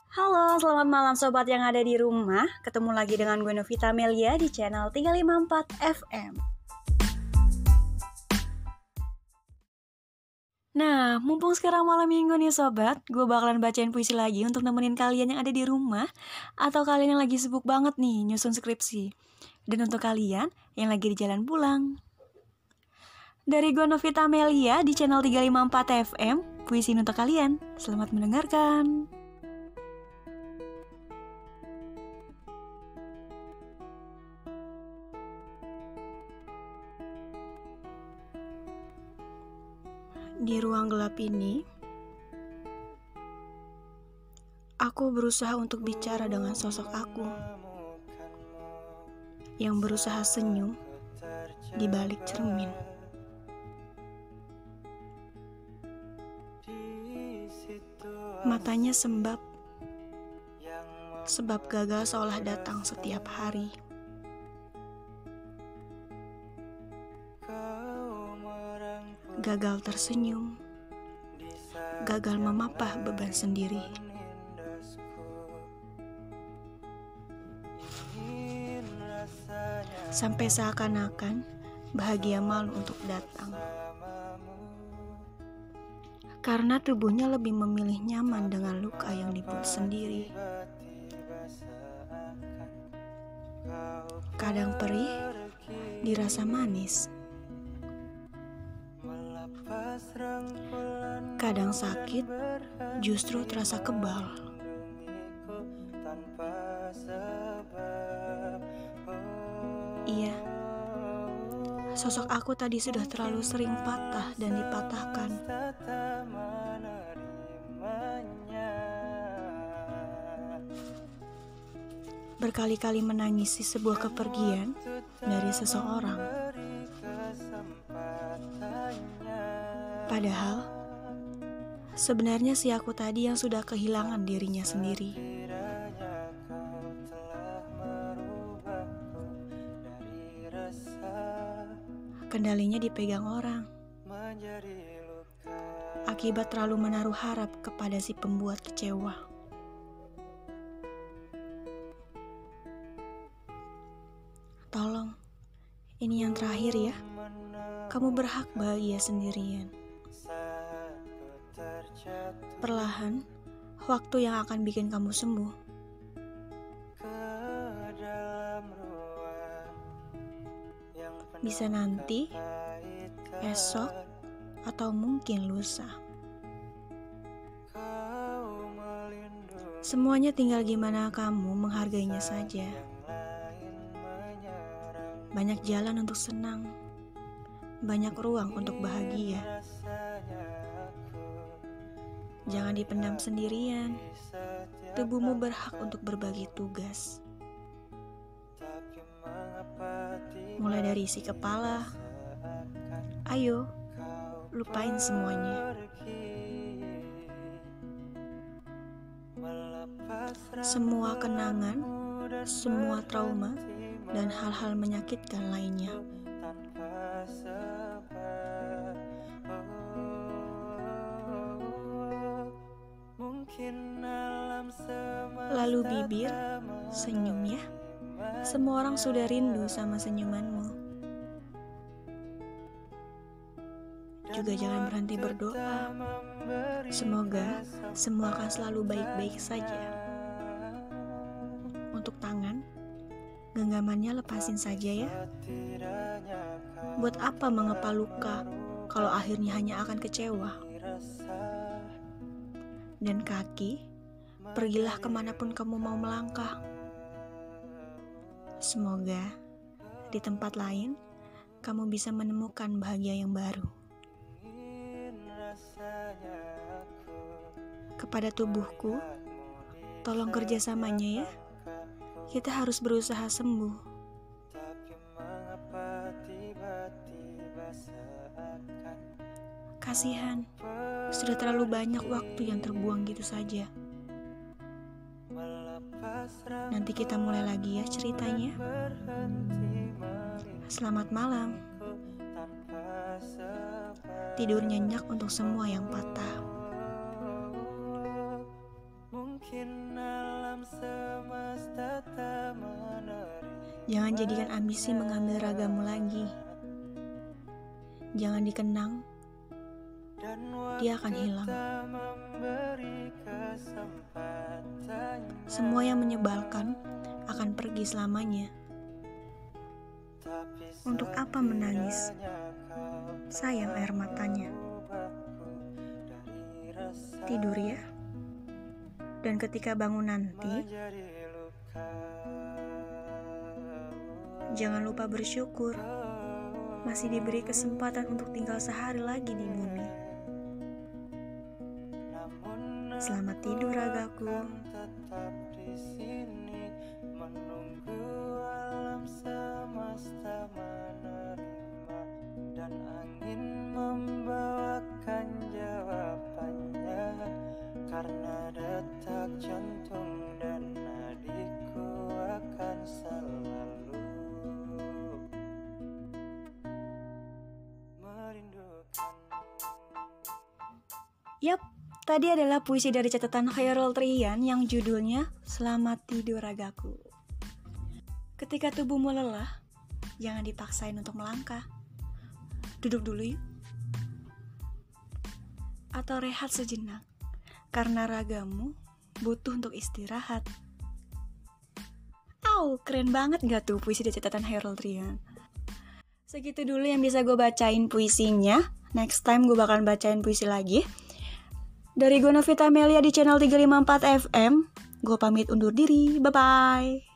Halo, selamat malam sobat yang ada di rumah. Ketemu lagi dengan gue Novita Melia di channel 354 FM. Nah, mumpung sekarang malam minggu nih sobat, gue bakalan bacain puisi lagi untuk nemenin kalian yang ada di rumah atau kalian yang lagi sibuk banget nih nyusun skripsi. Dan untuk kalian yang lagi di jalan pulang. Dari gue Novita Melia di channel 354 FM, puisi ini untuk kalian. Selamat mendengarkan. Di ruang gelap ini, aku berusaha untuk bicara dengan sosok aku yang berusaha senyum di balik cermin. Matanya sembab, sebab gagal seolah datang setiap hari. Gagal tersenyum, gagal memapah beban sendiri. Sampai seakan-akan bahagia malu untuk datang. Karena tubuhnya lebih memilih nyaman dengan luka yang dibuat sendiri. Kadang perih, dirasa manis. Kadang sakit, justru terasa kebal. Iya, sosok aku tadi sudah terlalu sering patah dan dipatahkan. Berkali-kali menangisi sebuah kepergian dari seseorang. Padahal, sebenarnya si aku tadi yang sudah kehilangan dirinya sendiri. Kendalinya dipegang orang. Akibat terlalu menaruh harap kepada si pembuat kecewa. Tolong, ini yang terakhir ya. Kamu berhak bahagia sendirian. Perlahan, waktu yang akan bikin kamu sembuh. Bisa nanti, esok, atau mungkin lusa. Semuanya tinggal gimana kamu menghargainya saja. Banyak jalan untuk senang, banyak ruang untuk bahagia. Jangan dipendam sendirian. Tubuhmu berhak untuk berbagi tugas. Mulai dari isi kepala. Ayo, lupain semuanya. Semua kenangan, semua trauma, dan hal-hal menyakitkan lainnya. Lalu bibir, senyum ya. Semua orang sudah rindu sama senyumanmu. Juga jangan berhenti berdoa. Semoga semua akan selalu baik-baik saja. Untuk tangan, genggamannya lepasin saja ya. Buat apa mengepal luka kalau akhirnya hanya akan kecewa? Dan kaki, pergilah kemanapun kamu mau melangkah. Semoga di tempat lain kamu bisa menemukan bahagia yang baru. Kepada tubuhku, tolong kerjasamanya ya. Kita harus berusaha sembuh. Kasihan, sudah terlalu banyak waktu yang terbuang gitu saja. Nanti kita mulai lagi ya ceritanya. Selamat malam. Tidur nyenyak untuk semua yang patah. Jangan jadikan ambisi mengambil ragamu lagi. Jangan dikenang, dia akan hilang. Semua yang menyebalkan akan pergi selamanya. Untuk apa menangis? Sayang air matanya. Tidur ya. Dan ketika bangun nanti, jangan lupa bersyukur masih diberi kesempatan untuk tinggal sehari lagi di bumi. Selamat tidur ragaku. Dan angin membawakan jawabannya, karena detak jantung dan nadiku akan selalu merindukanmu. Yap, tadi adalah puisi dari catatan Khairul Trian yang judulnya Selamat Tidur Ragaku. Ketika tubuhmu lelah, jangan dipaksain untuk melangkah. Duduk dulu yuk. Atau rehat sejenak, karena ragamu butuh untuk istirahat. Keren banget gak tuh puisi dari catatan Khairul Trian? Segitu dulu yang bisa gue bacain puisinya. Next time gue bakalan bacain puisi lagi. Dari gue Novita Melia di channel 354 FM, gue pamit undur diri. Bye-bye.